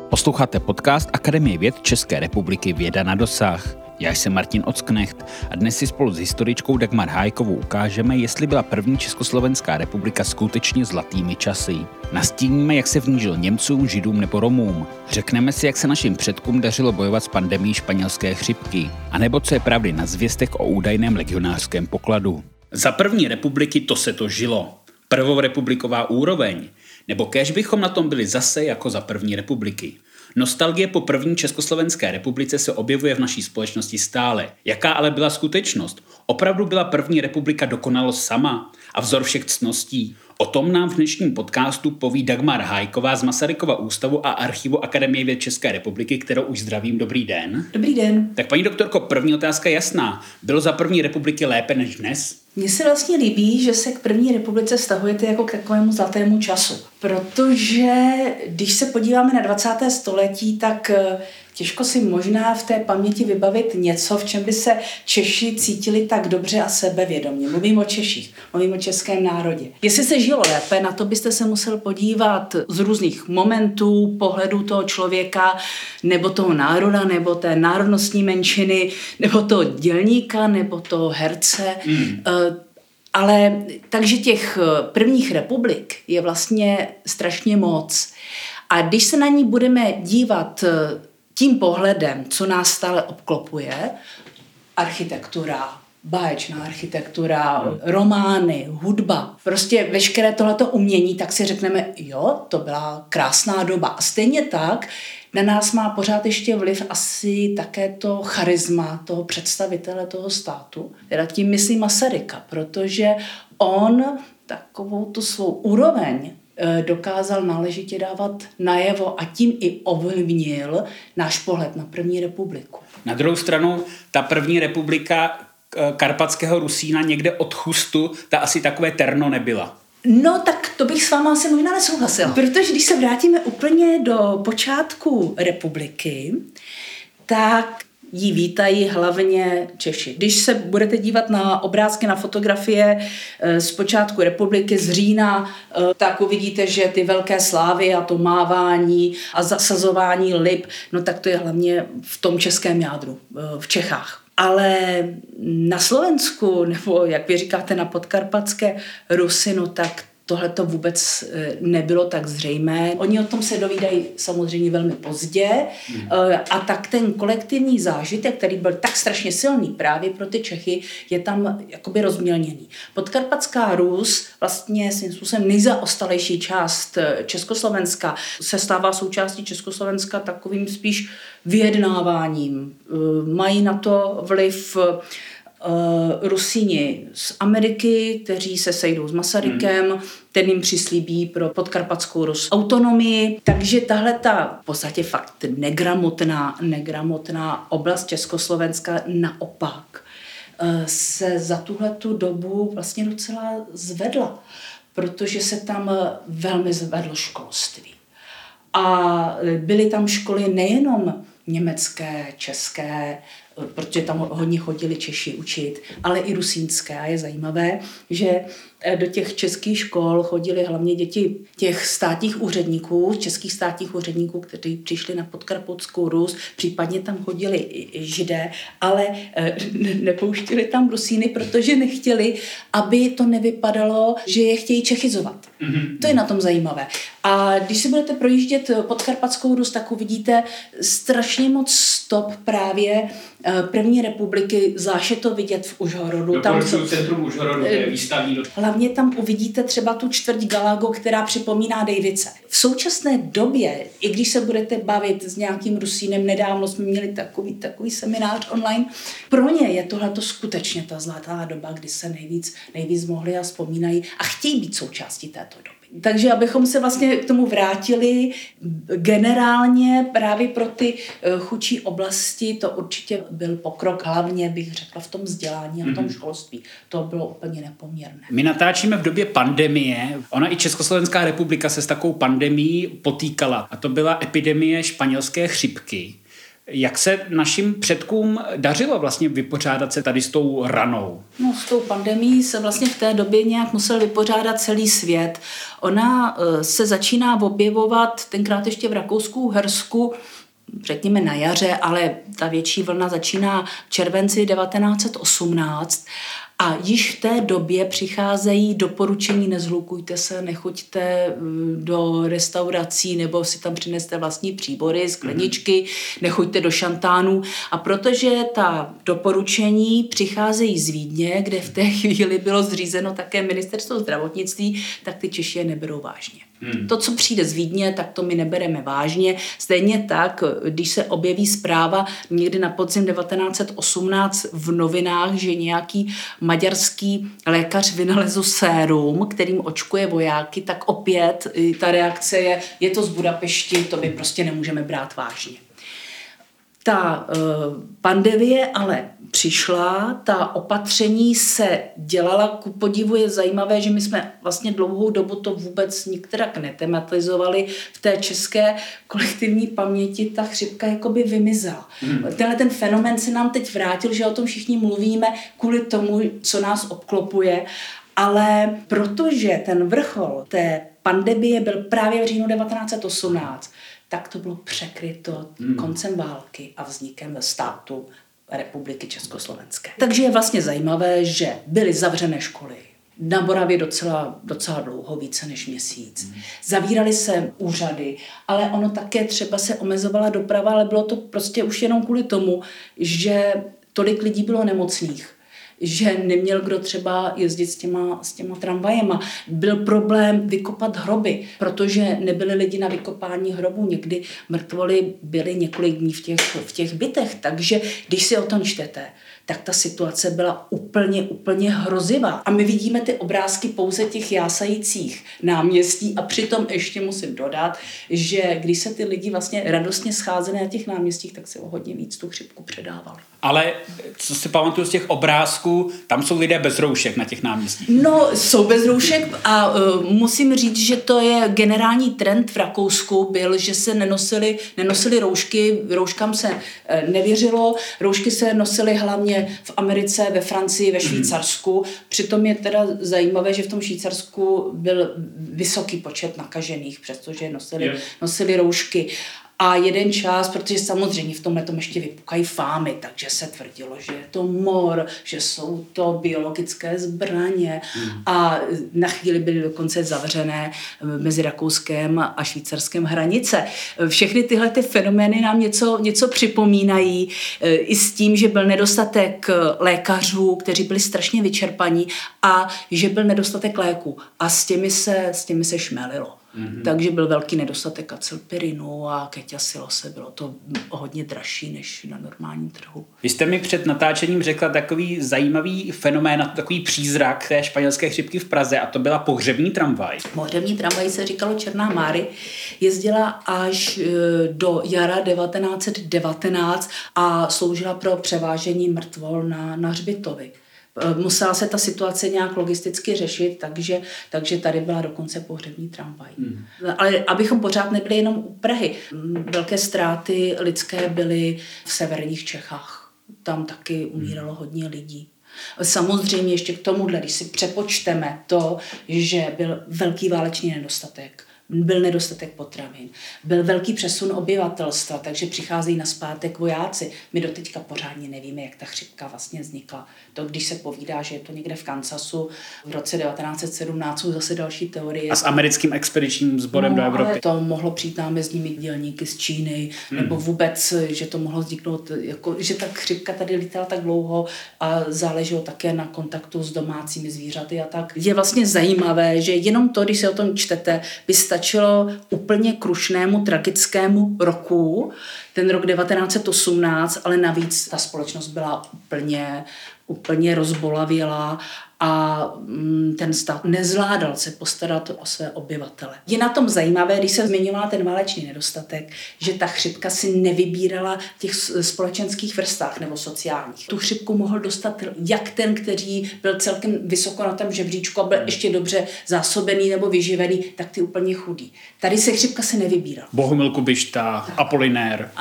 Posloucháte podcast Akademie věd České republiky Věda na dosah. Já jsem Martin Ocknecht a dnes si spolu s historičkou Dagmar Hájkovou ukážeme, jestli byla první Československá republika skutečně zlatými časy. Nastíníme, jak se v ní žilo Němcům, Židům nebo Romům. Řekneme si, jak se našim předkům dařilo bojovat s pandemií španělské chřipky. A nebo co je pravdy na zvěstech o údajném legionářském pokladu. Za první republiky to se to žilo. Prvorepubliková úroveň. Nebo kéž bychom na tom byli zase jako za první republiky. Nostalgie po první Československé republice se objevuje v naší společnosti stále. Jaká ale byla skutečnost? Opravdu byla první republika dokonalost sama a vzor všech ctností? O tom nám v dnešním podcastu poví Dagmar Hájková z Masarykova ústavu a archivu Akademie věd České republiky, kterou už zdravím. Dobrý den. Dobrý den. Tak paní doktorko, první otázka je jasná. Bylo za první republiky lépe než dnes? Mně se vlastně líbí, že se k první republice vztahujete jako k takovému zlatému času. Protože když se podíváme na 20. století, tak těžko si možná v té paměti vybavit něco, v čem by se Češi cítili tak dobře a sebevědomě. Mluvím o Češích, mluvím o českém národě. Jestli se žilo lépe, na to byste se musel podívat z různých momentů, pohledů toho člověka, nebo toho národa, nebo té národnostní menšiny, nebo toho dělníka, nebo toho herce. Ale takže těch prvních republik je vlastně strašně moc. A když se na ní budeme dívat tím pohledem, co nás stále obklopuje, architektura, báječná architektura, romány, hudba, prostě veškeré tohleto umění, tak si řekneme, jo, to byla krásná doba. A stejně tak na nás má pořád ještě vliv asi také to charisma toho představitele toho státu. Teda tím myslím Masaryka, protože on takovou tu svou úroveň dokázal náležitě dávat najevo a tím i ovlivnil náš pohled na první republiku. Na druhou stranu, ta první republika karpatského Rusína někde od Chustu, ta asi takové terno nebyla. No tak to bych s váma asi možná nesouhlasila. Protože když se vrátíme úplně do počátku republiky, tak jí vítají hlavně Češi. Když se budete dívat na obrázky, na fotografie z počátku republiky, z října, tak uvidíte, že ty velké slávy a to mávání a zasazování lip, no tak to je hlavně v tom českém jádru, v Čechách. Ale na Slovensku, nebo jak vy říkáte na podkarpatské Rusy, no tak tohle to vůbec nebylo tak zřejmé. Oni o tom se dovídají samozřejmě velmi pozdě a tak ten kolektivní zážitek, který byl tak strašně silný právě pro ty Čechy, je tam jakoby rozmělněný. Podkarpatská Rus, vlastně svým způsobem nejzaostalejší část Československa, se stává součástí Československa takovým spíš vyjednáváním. Mají na to vliv Rusíni z Ameriky, kteří se sejdou s Masarykem, ten jim přislíbí pro podkarpatskou Rus autonomii. Takže tahle ta v podstatě fakt negramotná oblast Československa naopak se za tuhletu dobu vlastně docela zvedla, protože se tam velmi zvedlo školství. A byly tam školy nejenom německé, české, protože tam hodně chodili Češi učit, ale i rusínské. A je zajímavé, že do těch českých škol chodili hlavně děti těch státních úředníků, českých státních úředníků, kteří přišli na Podkarpatskou Rus, případně tam chodili i Židé, ale nepouštili tam Rusíny, protože nechtěli, aby to nevypadalo, že je chtějí čechizovat. To je na tom zajímavé. A když si budete projíždět Podkarpatskou Rus, tak uvidíte strašně moc stop právě první republiky, zvlášť je to vidět v Užhorodu. Doporučuji centrum Užhorodu, je výstavní. Hlavně tam uvidíte třeba tu čtvrť Galago, která připomíná Dejvice. V současné době, i když se budete bavit s nějakým Rusínem, nedávno jsme měli takový seminář online, pro ně je tohleto skutečně ta zlatá doba, kdy se nejvíc mohli a vzpomínají a chtějí být součástí této doby. Takže abychom se vlastně k tomu vrátili, generálně právě pro ty chudší oblasti to určitě byl pokrok, hlavně bych řekla v tom vzdělání a v tom školství. To bylo úplně nepoměrné. My natáčíme v době pandemie. Ona i Československá republika se s takovou pandemií potýkala. A to byla epidemie španělské chřipky. Jak se našim předkům dařilo vlastně vypořádat se tady s tou ranou? No, s tou pandemií se vlastně v té době nějak musel vypořádat celý svět. Ona se začíná objevovat tenkrát ještě v Rakousku-Uhersku, řekněme na jaře, ale ta větší vlna začíná v červenci 1918 a již v té době přicházejí doporučení: nezhlukujte se, nechoďte do restaurací nebo si tam přineste vlastní příbory, skleničky, nechoďte do šantánů. A protože ta doporučení přicházejí z Vídně, kde v té chvíli bylo zřízeno také ministerstvo zdravotnictví, tak ty Češi je neberou vážně. To, co přijde z Vídně, tak to my nebereme vážně. Stejně tak, když se objeví zpráva někdy na podzim 1918 v novinách, že nějaký maďarský lékař vynalezl sérum, kterým očkuje vojáky, tak opět ta reakce je to z Budapešti, to my prostě nemůžeme brát vážně. Ta pandemie ale přišla, ta opatření se dělala, ku podivu je zajímavé, že my jsme vlastně dlouhou dobu to vůbec nikterak netematizovali. V té české kolektivní paměti ta chřipka jakoby vymizela. Tenhle ten fenomén se nám teď vrátil, že o tom všichni mluvíme kvůli tomu, co nás obklopuje, ale protože ten vrchol té pandemie byl právě v říjnu 1918, tak to bylo překryto koncem války a vznikem státu Republiky Československé. Takže je vlastně zajímavé, že byly zavřené školy. Na Moravě docela dlouho, více než měsíc. Zavíraly se úřady, ale ono také třeba se omezovala doprava, ale bylo to prostě už jenom kvůli tomu, že tolik lidí bylo nemocných, že neměl kdo třeba jezdit s těma tramvajema. Byl problém vykopat hroby, protože nebyli lidi na vykopání hrobů. Někdy mrtvoly byly několik dní v těch bytech. Takže když si o tom čtete, tak ta situace byla úplně hrozivá. A my vidíme ty obrázky pouze těch jásajících náměstí a přitom ještě musím dodat, že když se ty lidi vlastně radostně scházeli na těch náměstích, tak si o hodně víc tu chřipku předávali. Ale co si pamatuju z těch obrázků, tam jsou lidé bez roušek na těch náměstích. No, jsou bez roušek a musím říct, že to je generální trend v Rakousku byl, že se nenosily roušky, rouškám se nevěřilo, roušky se nosily hlavně v Americe, ve Francii, ve Švýcarsku. Přitom je teda zajímavé, že v tom Švýcarsku byl vysoký počet nakažených, přestože nosili roušky. A jeden čas, protože samozřejmě v tomhle tom ještě vypukají fámy, takže se tvrdilo, že je to mor, že jsou to biologické zbraně a na chvíli byly dokonce zavřené mezi Rakouskem a Švýcarskem hranice. Všechny tyhle ty fenomény nám něco připomínají i s tím, že byl nedostatek lékařů, kteří byli strašně vyčerpaní a že byl nedostatek léků a s těmi se šmelilo. Takže byl velký nedostatek acylpirinu a ketiasilose, bylo to hodně dražší než na normálním trhu. Vy jste mi před natáčením řekla takový zajímavý fenomén, takový přízrak té španělské chřipky v Praze a to byla pohřební tramvaj. Pohřební tramvaj se říkalo Černá Máry, jezdila až do jara 1919 a sloužila pro převážení mrtvol na hřbitovy. Musela se ta situace nějak logisticky řešit, takže tady byla dokonce pohřební tramvaj. Ale abychom pořád nebyli jenom u Prahy. Velké ztráty lidské byly v severních Čechách. Tam taky umíralo hodně lidí. Samozřejmě ještě k tomuhle, když si přepočteme to, že byl velký válečný nedostatek, byl nedostatek potravin, byl velký přesun obyvatelstva, takže přicházejí nazpátek vojáci. My doteďka pořádně nevíme, jak ta chřipka vlastně vznikla. To, když se povídá, že je to někde v Kansasu v roce 1917, jsou zase další teorie. A s americkým expedičním sborem do Evropy. Ale to mohlo přijít námezdními dělníky z Číny, nebo vůbec, že to mohlo vzniknout, jako, že ta chřipka tady lítala tak dlouho a záleželo také na kontaktu s domácími zvířaty a tak. Je vlastně zajímavé, že jenom to, když se o tom čtete, by stačilo úplně krušnému, tragickému roku, ten rok 1918, ale navíc ta společnost byla úplně rozbolavělá a ten stát nezvládal se postarat o své obyvatele. Je na tom zajímavé, když se zmiňovala ten válečný nedostatek, že ta chřipka si nevybírala v těch společenských vrstách nebo sociálních. Tu chřipku mohl dostat jak ten, který byl celkem vysoko na tom žebříčku a byl ještě dobře zásobený nebo vyživený, tak ty úplně chudý. Tady se chřipka se nevybírala. Bohumil Kubišta, Apolinér.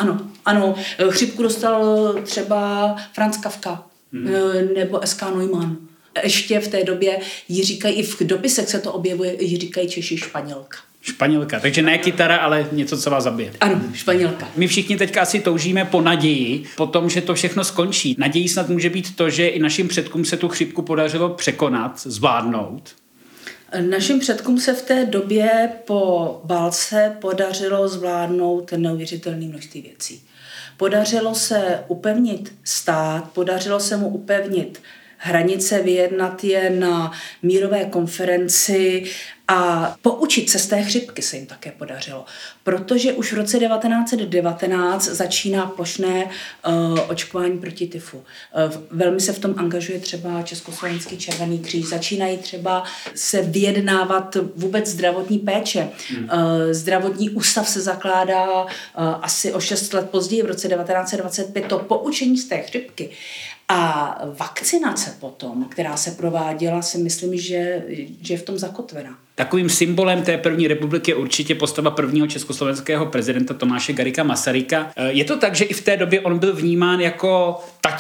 Ano. Chřipku dostal třeba Franz Kafka nebo S.K. Neumann. Ještě v té době jí říkají, i v dopisech se to objevuje, jí říkají Češi Španělka. Španělka, takže ne kytara, ale něco, co vás zabije. Ano, Španělka. My všichni teďka asi toužíme po naději, po tom, že to všechno skončí. Nadějí snad může být to, že i našim předkům se tu chřipku podařilo překonat, zvládnout. Našim předkům se v té době po válce podařilo zvládnout neuvěřitelné množství věcí. Podařilo se upevnit stát, podařilo se mu upevnit hranice, vyjednat je na mírové konferenci a poučit se z té chřipky se jim také podařilo. Protože už v roce 1919 začíná plošné očkování proti tyfu. Velmi se v tom angažuje třeba Československý červený kříž. Začínají třeba se vyjednávat vůbec zdravotní péče. Zdravotní ústav se zakládá asi o 6 let později, v roce 1925. To poučení z té chřipky a vakcinace potom, která se prováděla, si myslím, že je v tom zakotvená. Takovým symbolem té první republiky je určitě postava prvního československého prezidenta Tomáše Garrigua Masaryka. Je to tak, že i v té době on byl vnímán jako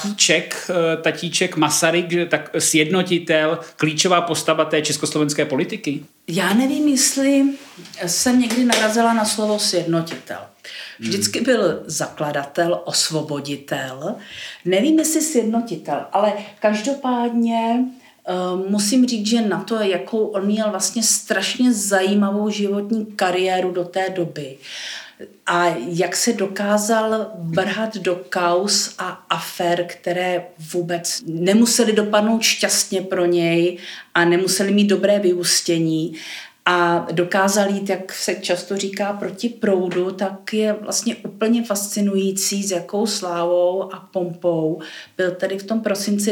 tatíček Masaryk, že tak sjednotitel, klíčová postava té československé politiky? Já nevím, jestli jsem někdy narazila na slovo sjednotitel. Vždycky byl zakladatel, osvoboditel. Nevím, jestli sjednotitel, ale každopádně musím říct, že na to, jakou on měl vlastně strašně zajímavou životní kariéru do té doby a jak se dokázal vrhat do kauz a afér, které vůbec nemusely dopadnout šťastně pro něj a nemusely mít dobré vyústění, a dokázal jít, jak se často říká, proti proudu, tak je vlastně úplně fascinující, s jakou slávou a pompou byl tady v tom prosinci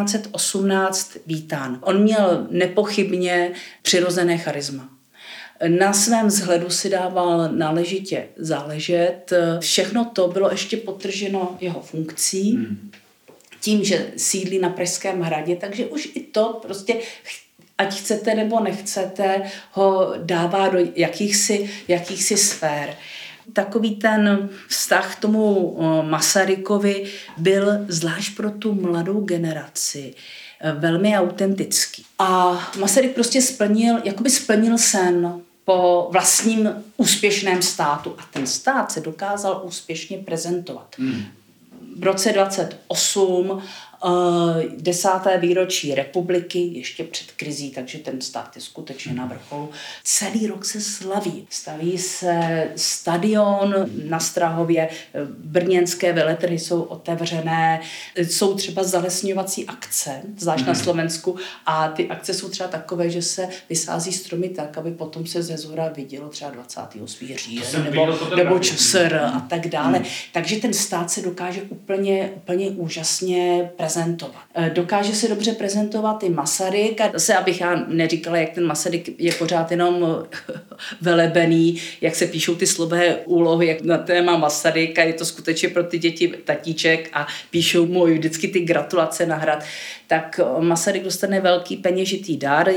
1918 vítán. On měl nepochybně přirozené charisma. Na svém vzhledu si dával náležitě záležet. Všechno to bylo ještě podtrženo jeho funkcí, tím, že sídlí na Pražském hradě, takže už i to prostě ať chcete nebo nechcete, ho dává do jakýchsi sfér. Takový ten vztah k tomu Masarykovi byl zvlášť pro tu mladou generaci velmi autentický. A Masaryk prostě splnil sen po vlastním úspěšném státu. A ten stát se dokázal úspěšně prezentovat. V roce 28 10. výročí republiky, ještě před krizí, takže ten stát je skutečně na vrcholu. Celý rok se slaví. Staví se stadion na Strahově, brněnské veletrhy jsou otevřené, jsou třeba zalesňovací akce, zvlášť na Slovensku, a ty akce jsou třeba takové, že se vysází stromy tak, aby potom se ze zhora vidělo třeba 28. říjen nebo ČSR a tak dále. Takže ten stát se dokáže úplně úžasně prezentovat. Dokáže se dobře prezentovat i Masaryk. A zase, abych já neříkala, jak ten Masaryk je pořád jenom velebený, jak se píšou ty slové úlohy jak na téma Masaryk, a je to skutečně pro ty děti tatíček a píšou mu vždycky ty gratulace na hrad. Tak Masaryk dostane velký peněžitý dar,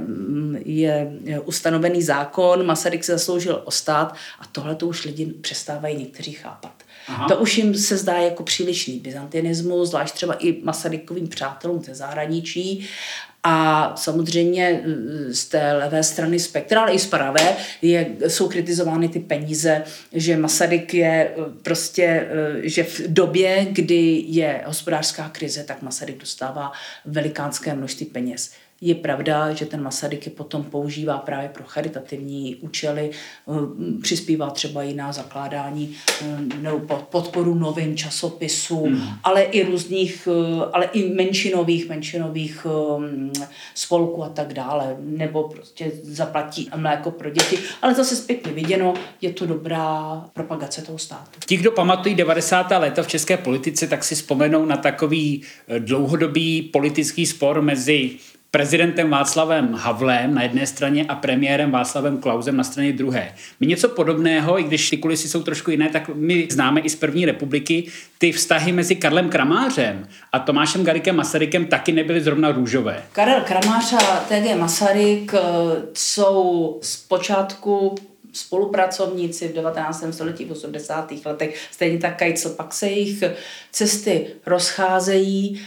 je ustanovený zákon, Masaryk se zasloužil o stát a tohle to už lidi přestávají někteří chápat. Aha. To už jim se zdá jako přílišný byzantinismus, zvlášť třeba i Masarykovým přátelům ze zahraničí. A samozřejmě z té levé strany spektra, ale i z pravé, jsou kritizovány ty peníze, že Masaryk je prostě, že v době, kdy je hospodářská krize, tak Masaryk dostává velikánské množství peněz. Je pravda, že ten Masaryk je potom používá právě pro charitativní účely, přispívá třeba i na zakládání nebo podporu novin, časopisů, ale i různých, ale i menšinových spolků a tak dále, nebo prostě zaplatí mléko pro děti, ale zase zpětně viděno, je to dobrá propagace toho státu. Ti, kdo pamatují 90. léta v české politice, tak si vzpomenou na takový dlouhodobý politický spor mezi prezidentem Václavem Havlem na jedné straně a premiérem Václavem Klausem na straně druhé. My něco podobného, i když ty kulisy jsou trošku jiné, tak my známe i z první republiky. Ty vztahy mezi Karlem Kramářem a Tomášem Garriguem Masarykem taky nebyly zrovna růžové. Karel Kramář a T.G. Masaryk jsou zpočátku spolupracovníci v 19. století, v 80. letech, stejně tak Kajcl, pak se jejich cesty rozcházejí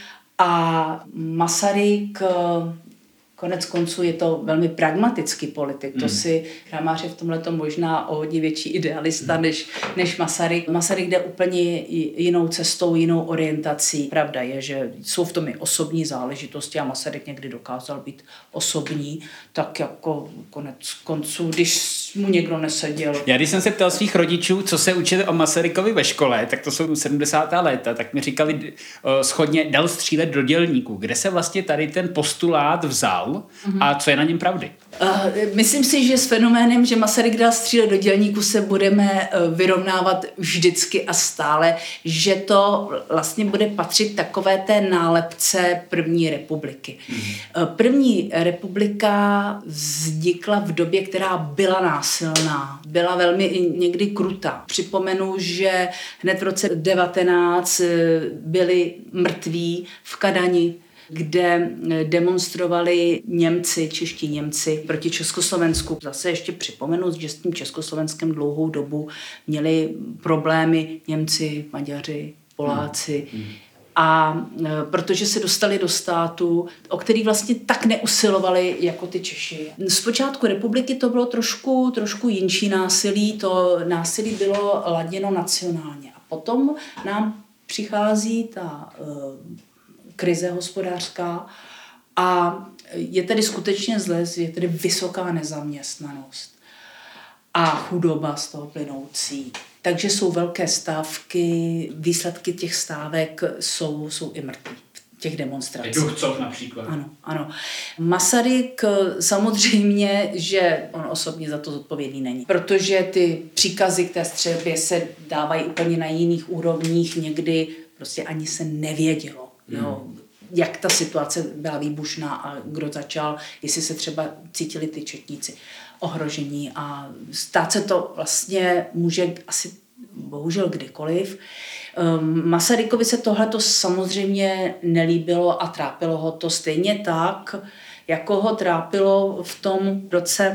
a Masaryk konec konců je to velmi pragmatický politik. To si Kramář je v tomhletom možná o hodně větší idealista než Masaryk. Masaryk jde úplně jinou cestou, jinou orientací. Pravda je, že jsou v tom i osobní záležitosti a Masaryk někdy dokázal být osobní, tak jako konec konců, když mu někdo neseděl. Já když jsem se ptal svých rodičů, co se učili o Masarykovi ve škole, tak to jsou 70. léta, tak mi říkali shodně, dal střílet do dělníků. Kde se vlastně tady ten postulát vzal a co je na něm pravdy? Myslím si, že s fenoménem, že Masaryk dal střílet do dělníků, se budeme vyrovnávat vždycky a stále, že to vlastně bude patřit takové té nálepce první republiky. První republika vznikla v době, která byla násilná, byla velmi někdy krutá. Připomenu, že hned v roce 19 byli mrtví v Kadani, kde demonstrovali Němci, čeští Němci proti Československu. Zase ještě připomenu, že s tím Československem dlouhou dobu měli problémy Němci, Maďaři, Poláci. A protože se dostali do státu, o který vlastně tak neusilovali jako ty Češi. Z počátku republiky to bylo trošku jinčí násilí, to násilí bylo laděno nacionálně. A potom nám přichází ta krize hospodářská a je tady skutečně zle, je tady vysoká nezaměstnanost a chudoba z toho plynoucí. Takže jsou velké stávky, výsledky těch stávek jsou i mrtví v těch demonstracích. Duchcov například. Ano. Masaryk samozřejmě, že on osobně za to zodpovědný není, protože ty příkazy k té střelbě se dávají úplně na jiných úrovních, někdy prostě ani se nevědělo. Jo, jak ta situace byla výbušná a kdo začal, jestli se třeba cítili ty četníci ohrožení a stát se to vlastně může asi bohužel kdykoliv. Masarykovi se tohleto samozřejmě nelíbilo a trápilo ho to stejně tak, jako ho trápilo v tom roce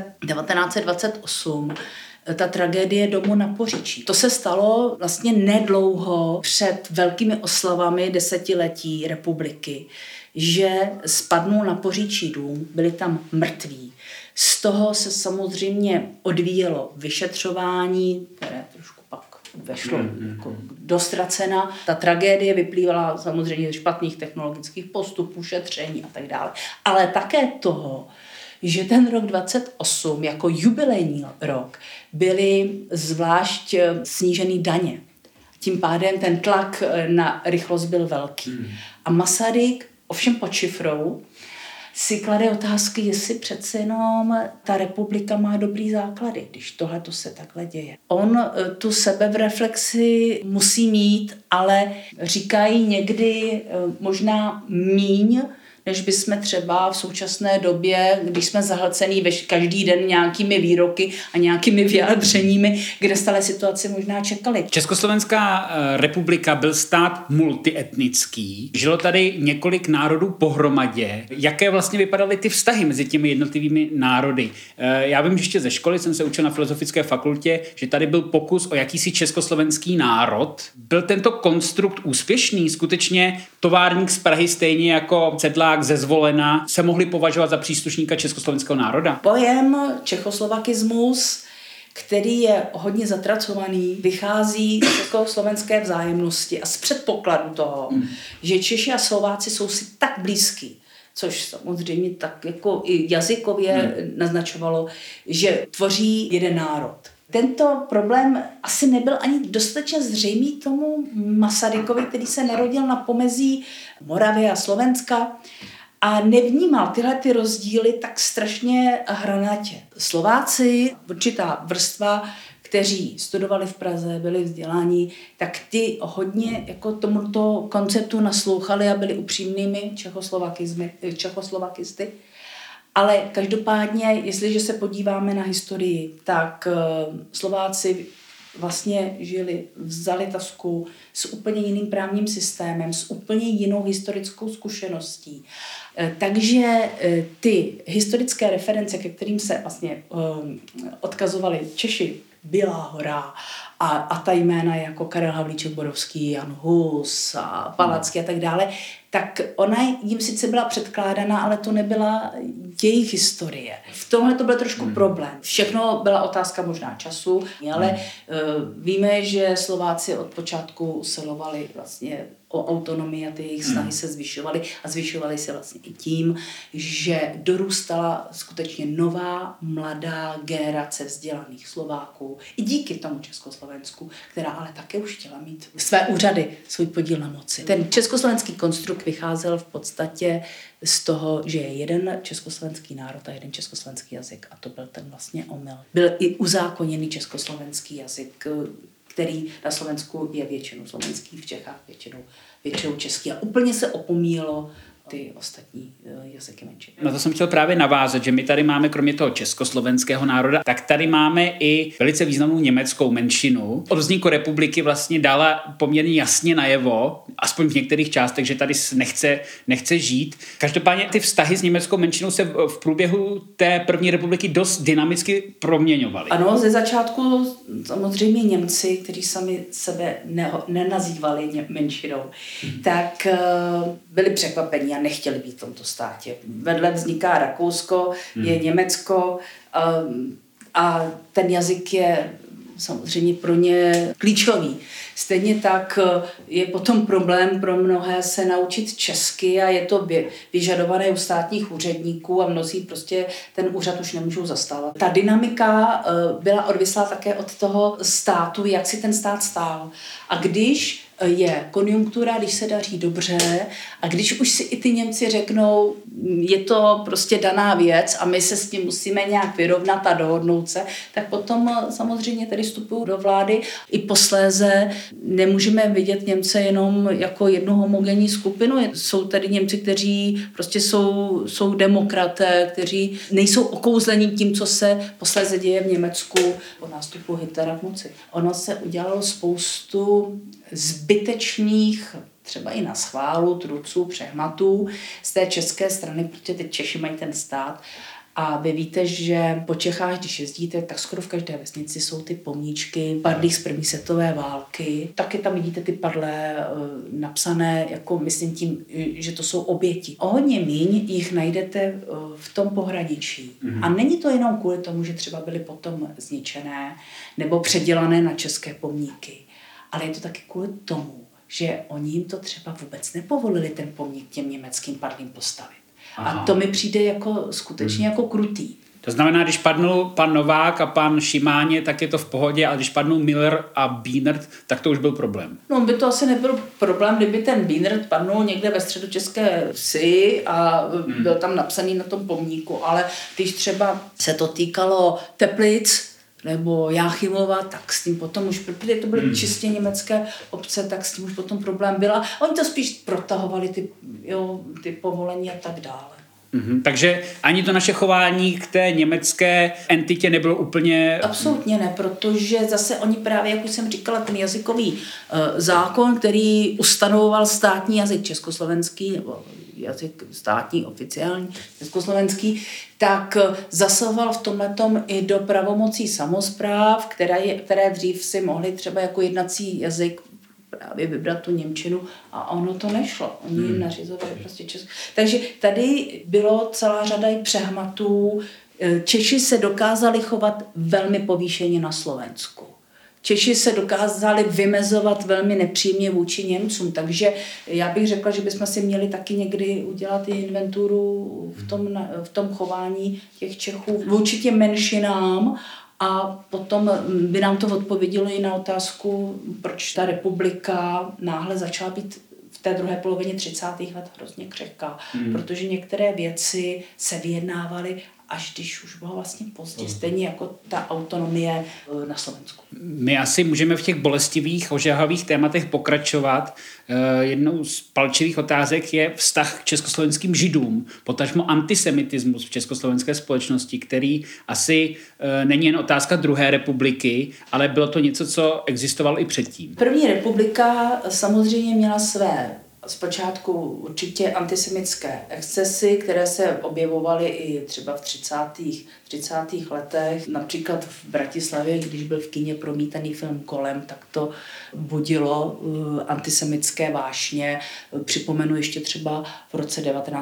1928 ta tragédie domu na Poříčí. To se stalo vlastně nedlouho před velkými oslavami desetiletí republiky, že spadnul na Poříčí dům, byli tam mrtví. Z toho se samozřejmě odvíjelo vyšetřování, které trošku pak vešlo jako do ztracena. Ta tragédie vyplývala samozřejmě ze špatných technologických postupů, šetření a tak dále. Ale také toho, že ten rok 28 jako jubilejní rok byly zvlášť snížený daně. Tím pádem ten tlak na rychlost byl velký. A Masaryk, ovšem pod šifrou, si klade otázky, jestli přece jenom ta republika má dobrý základy, když tohleto se takhle děje. On tu sebereflexi musí mít, ale říkají někdy možná míň, než bychom třeba v současné době, když jsme zahlcený každý den nějakými výroky a nějakými vyjádřeními, kde stále situaci možná čekali. Československá republika byl stát multietnický. Žilo tady několik národů pohromadě. Jaké vlastně vypadaly ty vztahy mezi těmi jednotlivými národy? Já vím, že ještě ze školy jsem se učil na Filozofické fakultě, že tady byl pokus o jakýsi československý národ. Byl tento konstrukt úspěšný? Skutečně továrník z Prahy stejně jako Sedlák ze Zvolena se mohli považovat za příslušníka československého národa? Pojem čechoslovakismus, který je hodně zatracovaný, vychází z československé vzájemnosti a z předpokladu toho, že Češi a Slováci jsou si tak blízký, což samozřejmě tak jako i jazykově naznačovalo, že tvoří jeden národ. Tento problém asi nebyl ani dostatečně zřejmý tomu Masarykovi, který se narodil na pomezí Moravy a Slovenska a nevnímal tyhle ty rozdíly tak strašně hranatě. Slováci, určitá vrstva, kteří studovali v Praze, byli vzdělání, tak ty hodně jako tomuto konceptu naslouchali a byli upřímnými čechoslovakisty. Ale každopádně, jestliže se podíváme na historii, tak Slováci vlastně žili v Zalitasku s úplně jiným právním systémem, s úplně jinou historickou zkušeností. Takže ty historické reference, ke kterým se vlastně odkazovali Češi, Bílá hora a ta jména jako Karel Havlíček Borovský, Jan Hus a Palacký a tak dále, tak ona jim sice byla předkládaná, ale to nebyla jejich historie. V tomhle to byl trošku problém. Všechno byla otázka možná času, ale víme, že Slováci od počátku usilovali vlastně o autonomii a ty jejich snahy se zvyšovaly a zvyšovaly se vlastně i tím, že dorůstala skutečně nová, mladá generace vzdělaných Slováků i díky tomu Československu, která ale také už chtěla mít své úřady, svůj podíl na moci. Ten československý konstrukt vycházel v podstatě z toho, že je jeden československý národ a jeden československý jazyk a to byl ten vlastně omyl. Byl i uzákoněný československý jazyk, který na Slovensku je většinou slovenský, v Čechách většinou český a úplně se opomíjelo ty ostatní jazyky menšin. No to jsem chtěl právě navázat, že my tady máme kromě toho československého národa, tak tady máme i velice významnou německou menšinu. Od vzniku republiky vlastně dala poměrně jasně najevo, aspoň v některých částech, že tady nechce žít. Každopádně ty vztahy s německou menšinou se v průběhu té první republiky dost dynamicky proměňovaly. Ano, ze začátku samozřejmě Němci, kteří sami sebe nenazývali menšinou, tak byli překvapení a nechtěli být v tomto státě. Vedle vzniká Rakousko, je Německo a ten jazyk je samozřejmě pro ně klíčový. Stejně tak je potom problém pro mnohé se naučit česky a je to vyžadované u státních úředníků a mnozí prostě ten úřad už nemůžou zastávat. Ta dynamika byla odvislá také od toho státu, jak si ten stát stál. A když je konjunktura, když se daří dobře a když už si i ty Němci řeknou, je to prostě daná věc a my se s tím musíme nějak vyrovnat a dohodnout se, tak potom samozřejmě tady vstupují do vlády. I posléze nemůžeme vidět Němce jenom jako jednu homogenní skupinu. Jsou tady Němci, kteří prostě jsou demokraté, kteří nejsou okouzlení tím, co se posléze děje v Německu po nástupu Hitlera k moci. Ono se udělalo spoustu zbytečných, třeba i na schválu, truců, přehmatů z té české strany, protože ty Češi mají ten stát. A vy víte, že po Čechách, když jezdíte, tak skoro v každé vesnici jsou ty pomníčky padlých z první světové války. Taky tam vidíte ty padlé napsané, jako myslím tím, že to jsou oběti. O hodně míň jich najdete v tom pohraničí. A není to jenom kvůli tomu, že třeba byly potom zničené nebo předělané na české pomníky. Ale je to taky kvůli tomu, že oni jim to třeba vůbec nepovolili ten pomník těm německým padlým postavit. Aha. A to mi přijde jako skutečně jako krutý. To znamená, když padnul pan Novák a pan Šimáně, tak je to v pohodě, ale když padnul Miller a Bienert, tak to už byl problém. No, by to asi nebyl problém, kdyby ten Bienert padnul někde ve středočeské vsi a byl tam napsaný na tom pomníku, ale když třeba se to týkalo Teplic nebo Jáchymova, tak s tím potom už, protože to byly čistě německé obce, tak s tím už potom problém byla. Oni to spíš protahovali ty povolení a tak dále. Takže ani to naše chování k té německé entitě nebylo úplně... Absolutně ne, protože zase oni právě, jak už jsem říkala, ten jazykový zákon, který ustanovoval státní jazyk československý, nebo jazyk státní, oficiální československý, tak zasahoval v tomhletom i do pravomocí samospráv, které dřív si mohly třeba jako jednací jazyk právě vybrat tu němčinu a ono to nešlo. Oni jim nařizovali prostě česky. Takže tady bylo celá řada i přehmatů. Češi se dokázali chovat velmi povýšeně na Slovensku. Češi se dokázali vymezovat velmi nepříjemně vůči Němcům, takže já bych řekla, že bychom si měli taky někdy udělat i inventuru v tom chování těch Čechů vůči těm menšinám. A potom by nám to odpovědělo i na otázku, proč ta republika náhle začala být v té druhé polovině 30. let hrozně křehká. Protože některé věci se vyjednávaly až když už bylo vlastně pozdě, stejně jako ta autonomie na Slovensku. My asi můžeme v těch bolestivých, ožehavých tématech pokračovat. Jednou z palčivých otázek je vztah k československým židům, potažmo antisemitismus v československé společnosti, který asi není jen otázka druhé republiky, ale bylo to něco, co existovalo i předtím. První republika samozřejmě měla své zpočátku určitě antisemitské excesy, které se objevovaly i třeba v 30. letech. Například v Bratislavě, když byl v kině promítaný film Kolem, tak to budilo antisemitské vášně. Připomenu ještě třeba v roce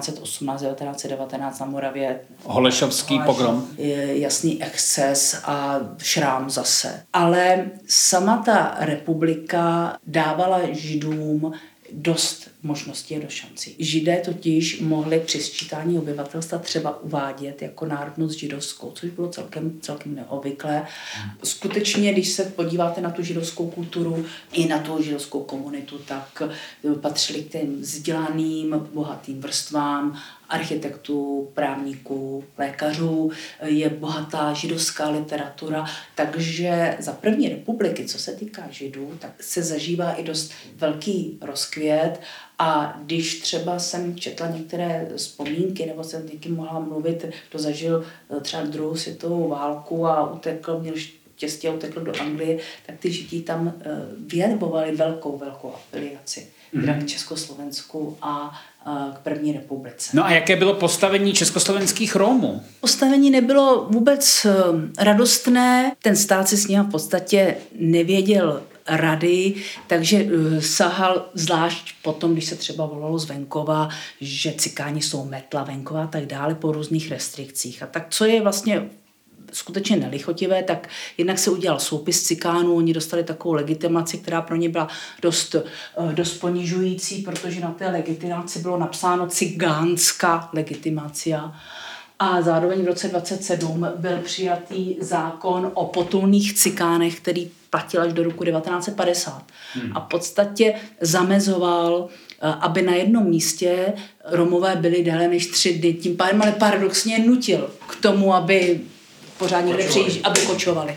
1918-1919 na Moravě. Holešovský pogrom. Jasný exces a šrám zase. Ale sama ta republika dávala Židům dost možností a do šancí. Židé totiž mohli při sčítání obyvatelstva třeba uvádět jako národnost židovskou, což bylo celkem neobvyklé. Skutečně, když se podíváte na tu židovskou kulturu i na tu židovskou komunitu, tak patřili k těm vzdělaným, bohatým vrstvám, architektů, právníků, lékařů, je bohatá židovská literatura, takže za první republiky, co se týká Židů, tak se zažívá i dost velký rozkvět. A když třeba jsem četla některé vzpomínky, nebo jsem někým mohla mluvit, kdo zažil třeba druhou světovou válku a měl štěstí a utekl do Anglie, tak ty Židí tam vyjadřovali velkou afiliaci k Československu a k první republice. No a jaké bylo postavení československých Rómů? Postavení nebylo vůbec radostné, ten stát si s ním v podstatě nevěděl rady, takže sahal zvlášť potom, když se třeba volalo z venkova, že cikáni jsou metla venková a tak dále po různých restrikcích. A tak co je vlastně skutečně nelichotivé, tak jednak se udělal soupis cikánů, oni dostali takovou legitimaci, která pro ně byla dost ponižující, protože na té legitimaci bylo napsáno cigánská legitimacia. A zároveň v roce 1927 byl přijatý zákon o potulných cikánech, který platil až do roku 1950. A v podstatě zamezoval, aby na jednom místě Romové byli déle než 3 dny. Tím pádem ale paradoxně nutil k tomu, aby pořád někde aby kočovali.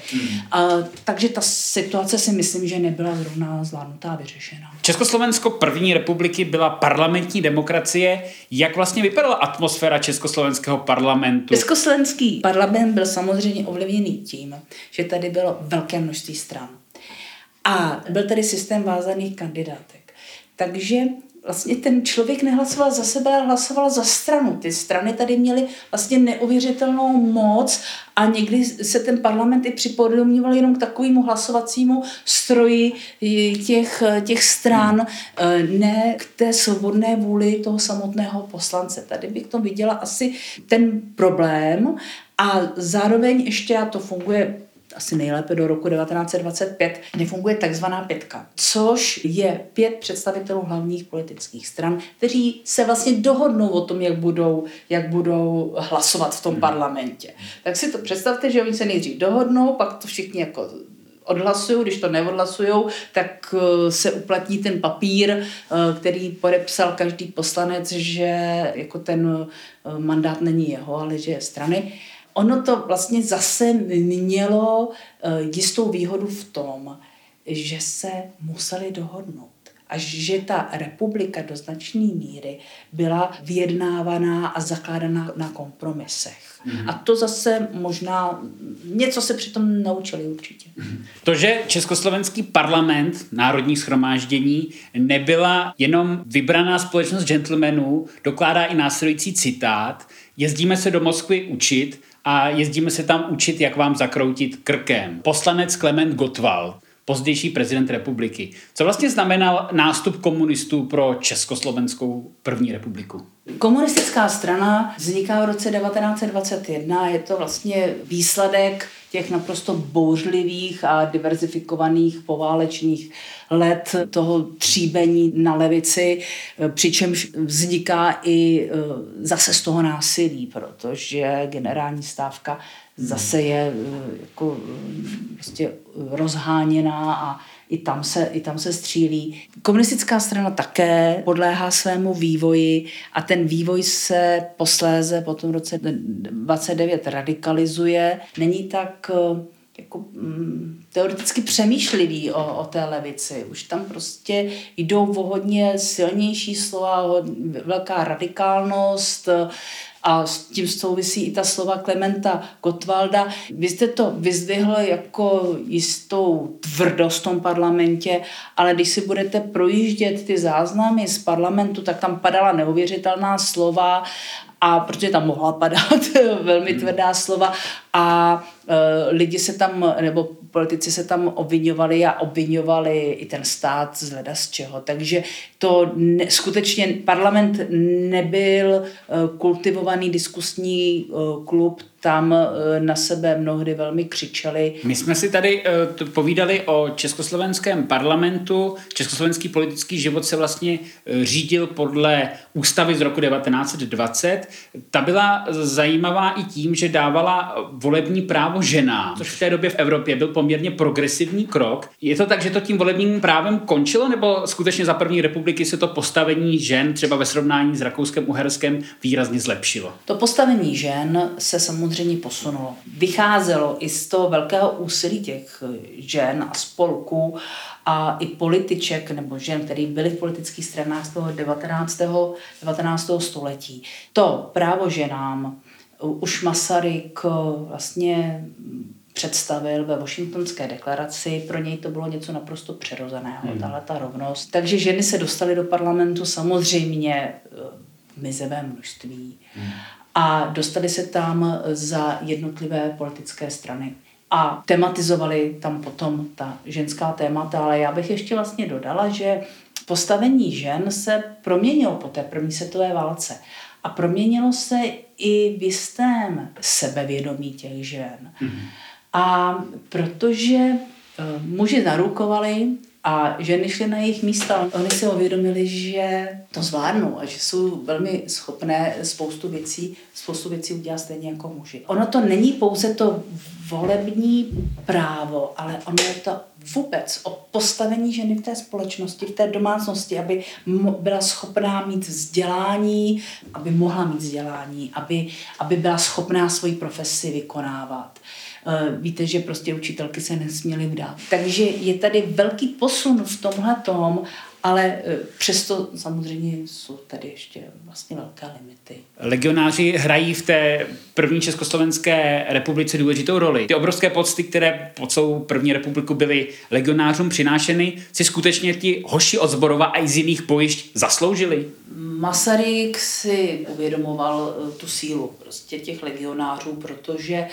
Takže ta situace si myslím, že nebyla zrovna zvládnutá a vyřešena. Československo první republiky byla parlamentní demokracie. Jak vlastně vypadala atmosféra československého parlamentu? Československý parlament byl samozřejmě ovlivněný tím, že tady bylo velké množství stran. A byl tady systém vázaných kandidátek. Takže vlastně ten člověk nehlasoval za sebe, ale hlasoval za stranu. Ty strany tady měly vlastně neuvěřitelnou moc a někdy se ten parlament i připodobňoval jenom k takovému hlasovacímu stroji těch stran, ne k té svobodné vůli toho samotného poslance. Tady bych to viděla asi ten problém a zároveň ještě, a to funguje asi nejlépe do roku 1925, kdy funguje takzvaná pětka, což je 5 představitelů hlavních politických stran, kteří se vlastně dohodnou o tom, jak budou hlasovat v tom parlamentě. Tak si to představte, že oni se nejdřív dohodnou, pak to všichni jako odhlasují, když to neodhlasujou, tak se uplatní ten papír, který podepsal každý poslanec, že jako ten mandát není jeho, ale že je strany. Ono to vlastně zase mělo jistou výhodu v tom, že se museli dohodnout. A že ta republika do značné míry byla vyjednávaná a zakládaná na kompromisech. A to zase možná něco se přitom naučili určitě. To, že československý parlament, národní shromáždění, nebyla jenom vybraná společnost gentlemanů, dokládá i následující citát. Jezdíme se do Moskvy učit a jezdíme se tam učit, jak vám zakroutit krkem. Poslanec Klement Gottwald, pozdější prezident republiky. Co vlastně znamenal nástup komunistů pro Československou první republiku? Komunistická strana vzniká v roce 1921. Je to vlastně výsledek těch naprosto bouřlivých a diverzifikovaných poválečných let toho tříbení na levici, přičemž vzniká i zase z toho násilí, protože generální stávka zase je jako prostě rozháněná a i tam se střílí. Komunistická strana také podléhá svému vývoji a ten vývoj se posléze po tom roce 29 radikalizuje. Není tak jako teoreticky přemýšlivý o té levici. Už tam prostě jdou o hodně silnější slova, velká radikálnost a s tím souvisí i ta slova Klementa Gottwalda. Vy jste to vyzdvihl jako jistou tvrdost v tom parlamentě, ale když si budete projíždět ty záznamy z parlamentu, tak tam padala neuvěřitelná slova, a protože tam mohla padat velmi tvrdá slova a lidi se tam, nebo politici se tam obviňovali i ten stát z leda z čeho. Takže to skutečně parlament nebyl kultivovaný diskusní klub, tam na sebe mnohdy velmi křičeli. My jsme si tady povídali o československém parlamentu. Československý politický život se vlastně řídil podle ústavy z roku 1920. Ta byla zajímavá i tím, že dávala volební právo ženám, což v té době v Evropě byl poměrně progresivní krok. Je to tak, že to tím volebním právem končilo, nebo skutečně za první republiky se to postavení žen třeba ve srovnání s Rakouskem-Uherskem výrazně zlepšilo? To postavení žen se samozřejmě posunulo. Vycházelo i z toho velkého úsilí těch žen a spolků a i političek nebo žen, který byly v politických stranách z toho 19. století. To právo ženám už Masaryk vlastně představil ve Washingtonské deklaraci, pro něj to bylo něco naprosto přirozeného, tahleta rovnost. Takže ženy se dostaly do parlamentu samozřejmě v mizivém množství a dostali se tam za jednotlivé politické strany. A tematizovali tam potom ta ženská témata, ale já bych ještě vlastně dodala, že postavení žen se proměnilo po té první světové válce. A proměnilo se i v jistém sebevědomí těch žen. A protože muži narukovali a ženy šly na jejich místa, oni si uvědomili, že to zvládnou a že jsou velmi schopné spoustu věcí udělat stejně jako muži. Ono to není pouze to volební právo, ale ono je to vůbec o postavení ženy v té společnosti, v té domácnosti, aby byla schopná mít vzdělání, aby mohla mít vzdělání, aby byla schopná svoji profesi vykonávat. Víte, že prostě učitelky se nesměly vdát. Takže je tady velký posun v tomhletom, ale přesto samozřejmě jsou tady ještě vlastně velké limity. Legionáři hrají v té první Československé republice důležitou roli. Ty obrovské pocty, které po celou první republiku byly legionářům přinášeny, si skutečně ti hoši od Zborova a i z jiných bojišť zasloužili? Masaryk si uvědomoval tu sílu prostě těch legionářů, protože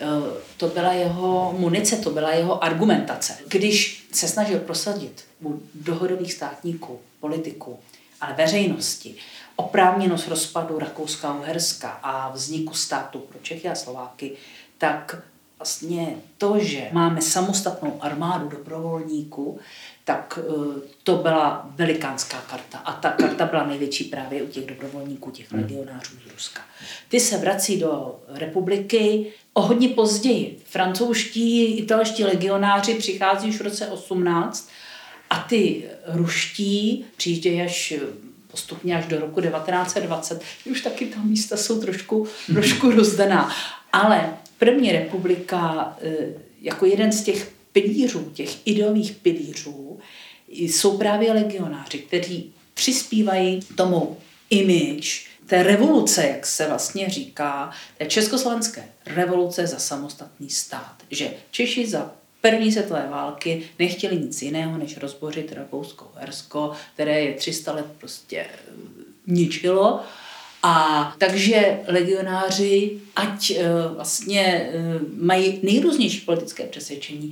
to byla jeho munice, to byla jeho argumentace. Když se snažil prosadit u dohodových státníků, politiků, ale veřejnosti oprávněnost rozpadu Rakouska a Uherska a vzniku státu pro Čechy a Slováky, tak vlastně to, že máme samostatnou armádu dobrovolníků, tak to byla velikánská karta. A ta karta byla největší právě u těch dobrovolníků, těch legionářů z Ruska. Ty se vrací do republiky o hodně později. Francouzští, italští legionáři přichází už v roce 18 a ty ruští přijíždějí postupně až do roku 1920. Už taky ta místa jsou trošku rozdaná. Ale první republika jako jeden z těch pilířů, těch ideových pilířů, jsou právě legionáři, kteří přispívají tomu image té revoluce, jak se vlastně říká, té československé revoluce za samostatný stát. Že Češi za první světové války nechtěli nic jiného, než rozbořit Rakousko-Uhersko, které je 300 let prostě ničilo. A takže legionáři, ať vlastně mají nejrůznější politické přesvědčení,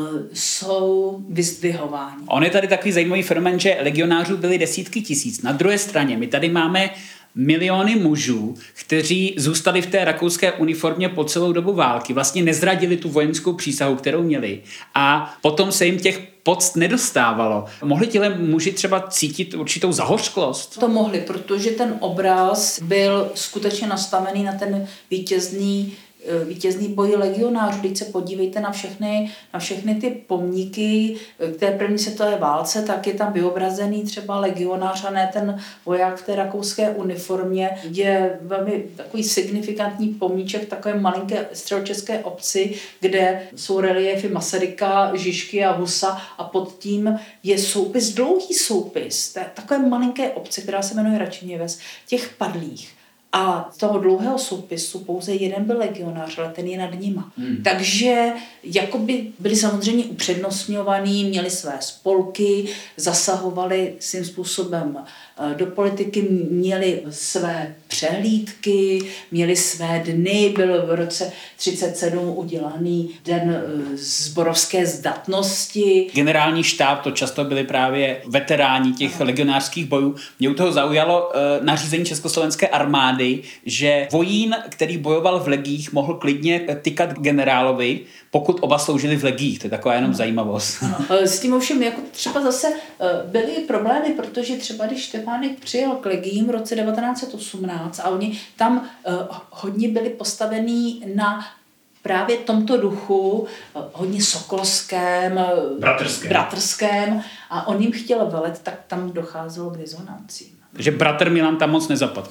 jsou vyzdvihováni. On je tady takový zajímavý fenomén, že legionářů byly desítky tisíc. Na druhé straně my tady máme miliony mužů, kteří zůstali v té rakouské uniformě po celou dobu války, vlastně nezradili tu vojenskou přísahu, kterou měli a potom se jim těch poct nedostávalo. Mohli těle muži třeba cítit určitou zahořklost? To mohli, protože ten obraz byl skutečně nastavený na ten vítězný vítězný boj legionářů. Teď se podívejte na všechny ty pomníky k té první světové válce, tak je tam vyobrazený třeba legionář a ne ten voják v té rakouské uniformě. Je velmi takový signifikantní pomníček v takové malinké středočeské obci, kde jsou reliéfy Masaryka, Žižky a Husa a pod tím je soupis, dlouhý soupis, takové malinké obce, která se jmenuje Račiněves, těch padlých. A z toho dlouhého soupisu pouze jeden byl legionář, ale ten je nad nima. Takže jakoby byli samozřejmě upřednostňovaní, měli své spolky, zasahovali svým způsobem do politiky, měli své přehlídky, měli své dny, byl v roce 1937 udělaný den sborovské zdatnosti. Generální štáb, to často byli právě veteráni těch legionářských bojů. Mě u toho zaujalo nařízení československé armády, že vojín, který bojoval v legích, mohl klidně tykat generálovi, pokud oba sloužili v legích. To je taková jenom zajímavost. S tím ovšem jako třeba zase byly problémy, protože třeba když Štefánek přijel k legím v roce 1918 a oni tam hodně byli postavení na právě tomto duchu, hodně sokolském, bratrském a on jim chtěl velet, tak tam docházelo k dizonancím. Takže bratr Milan tam moc nezapadl.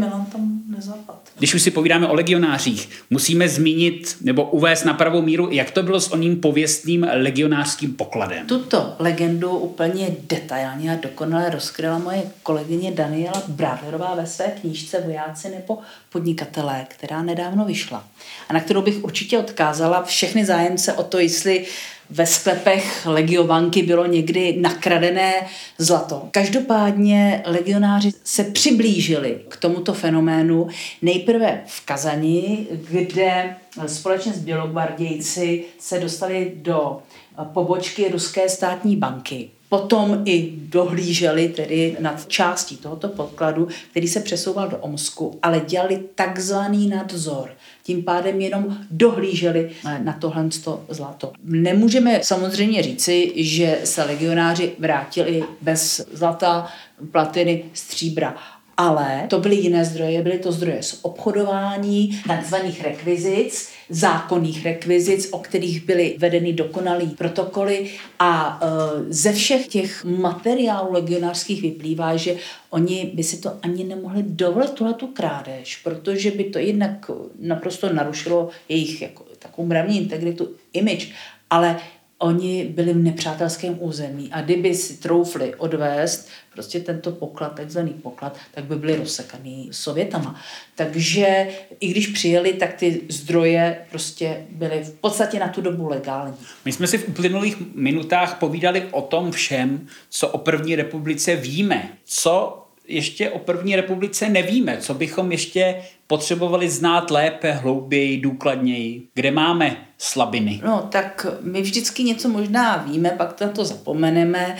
Když už si povídáme o legionářích, musíme zmínit nebo uvést na pravou míru, jak to bylo s oným pověstným legionářským pokladem. Tuto legendu úplně detailně a dokonale rozkryla moje kolegyně Daniela Brádlerová ve své knížce Vojáci nebo podnikatelé, která nedávno vyšla. A na kterou bych určitě odkázala všechny zájemce o to, jestli ve sklepech Legiobanky bylo někdy nakradené zlato. Každopádně legionáři se přiblížili k tomuto fenoménu nejprve v Kazani, kde společně s bělogvardějci se dostali do pobočky Ruské státní banky. Potom i dohlíželi tedy nad částí tohoto podkladu, který se přesouval do Omsku, ale dělali takzvaný nadzor. Tím pádem jenom dohlíželi na tohle zlato. Nemůžeme samozřejmě říci, že se legionáři vrátili bez zlata, platiny, stříbra. Ale to byly jiné zdroje, byly to zdroje z obchodování, takzvaných rekvizic, zákonných rekvizic, o kterých byly vedeny dokonalý protokoly a ze všech těch materiálů legionářských vyplývá, že oni by si to ani nemohli dovolit tuhletu krádež, protože by to jednak naprosto narušilo jejich jako takovou mravní integritu, image, ale oni byli v nepřátelském území a kdyby si troufli odvést prostě tento poklad, takzvaný poklad, tak by byli rozsekaný Sovětama. Takže i když přijeli, tak ty zdroje prostě byly v podstatě na tu dobu legální. My jsme si v uplynulých minutách povídali o tom všem, co o první republice víme. Co ještě o první republice nevíme, co bychom ještě potřebovali znát lépe, hlouběji, důkladněji, kde máme slabiny. No tak my vždycky něco možná víme, pak na to zapomeneme.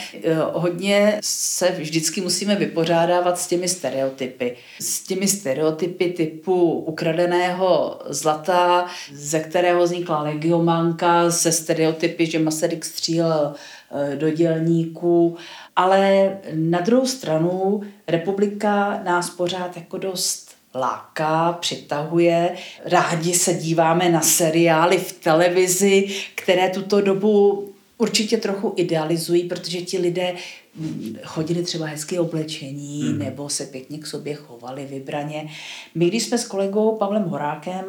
Hodně se vždycky musíme vypořádávat s těmi stereotypy. S těmi stereotypy typu ukradeného zlata, ze kterého vznikla legiomanka, se stereotypy, že Masaryk střílel do dělníků, ale na druhou stranu republika nás pořád jako dost láká, přitahuje. Rádi se díváme na seriály v televizi, které tuto dobu určitě trochu idealizují, protože ti lidé chodili třeba hezky oblečení nebo se pěkně k sobě chovali vybraně. My, když jsme s kolegou Pavlem Horákem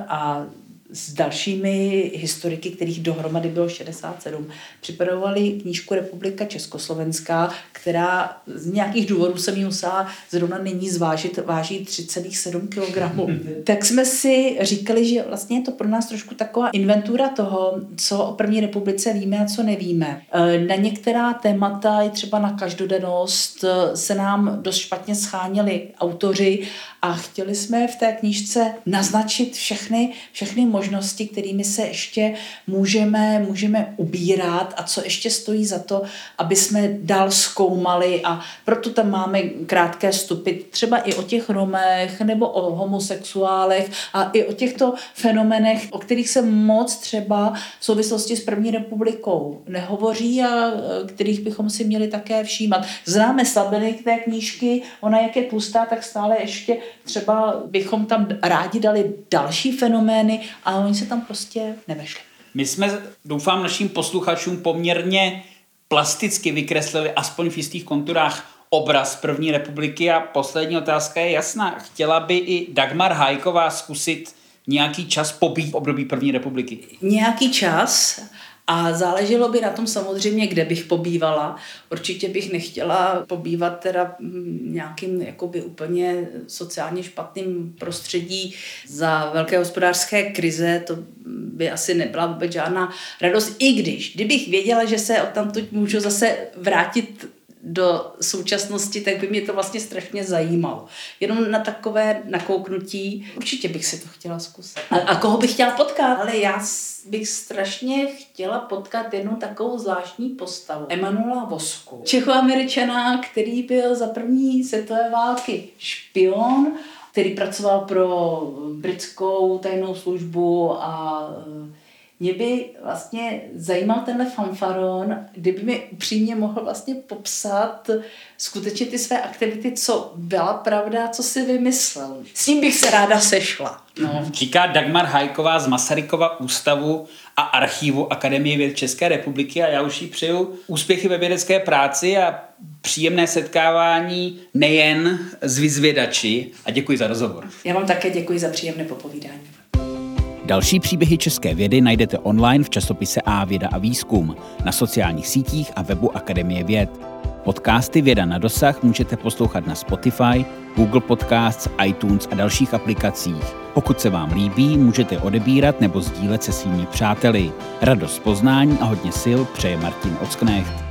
a s dalšími historiky, kterých dohromady bylo 67, připravovali knížku Republika Československá, která z nějakých důvodů jsem ji musela zrovna nyní zvážit, váží 3,7 kg. Tak jsme si říkali, že vlastně je to pro nás trošku taková inventura toho, co o první republice víme a co nevíme. Na některá témata, i třeba na každodennost, se nám dost špatně scháněli autoři a chtěli jsme v té knížce naznačit všechny možnosti, kterými se ještě můžeme ubírat a co ještě stojí za to, aby jsme dál zkoumali, a proto tam máme krátké vstupy třeba i o těch Romech nebo o homosexuálech a i o těchto fenomenech, o kterých se moc třeba v souvislosti s první republikou nehovoří a kterých bychom si měli také všímat. Známe slabiny té knížky, ona jak je tlustá, tak stále ještě třeba bychom tam rádi dali další fenomény, a oni se tam prostě nevešli. My jsme, doufám, našim posluchačům poměrně plasticky vykreslili, aspoň v jistých konturách, obraz první republiky, a poslední otázka je jasná. Chtěla by i Dagmar Hájková zkusit nějaký čas pobít v období první republiky? Nějaký čas, a záleželo by na tom samozřejmě, kde bych pobývala. Určitě bych nechtěla pobývat teda nějakým jakoby úplně sociálně špatným prostředí za velké hospodářské krize. To by asi nebyla vůbec žádná radost. I kdybych věděla, že se odtamtud můžu zase vrátit do současnosti, tak by mě to vlastně strašně zajímalo. Jenom na takové nakouknutí určitě bych si to chtěla zkusit. A koho bych chtěla potkat? Ale já bych strašně chtěla potkat jednu takovou zvláštní postavu. Emanuela Vosku. Čechoameričana, který byl za první světové války špion, který pracoval pro britskou tajnou službu, a mě by vlastně zajímal tenhle fanfaron, kdyby mi upřímně mohl vlastně popsat skutečně ty své aktivity, co byla pravda, co si vymyslel. S ním bych se ráda sešla. No. Říká Dagmar Hájková z Masarykova ústavu a archivu Akademie věd České republiky, a já už jí přeju úspěchy ve vědecké práci a příjemné setkávání nejen s vyzvědači, a děkuji za rozhovor. Já vám také děkuji za příjemné popovídání. Další příběhy české vědy najdete online v časopise A Věda a výzkum, na sociálních sítích a webu Akademie věd. Podcasty Věda na dosah můžete poslouchat na Spotify, Google Podcasts, iTunes a dalších aplikacích. Pokud se vám líbí, můžete odebírat nebo sdílet se svými přáteli. Radost poznání a hodně sil přeje Martin Ocknecht.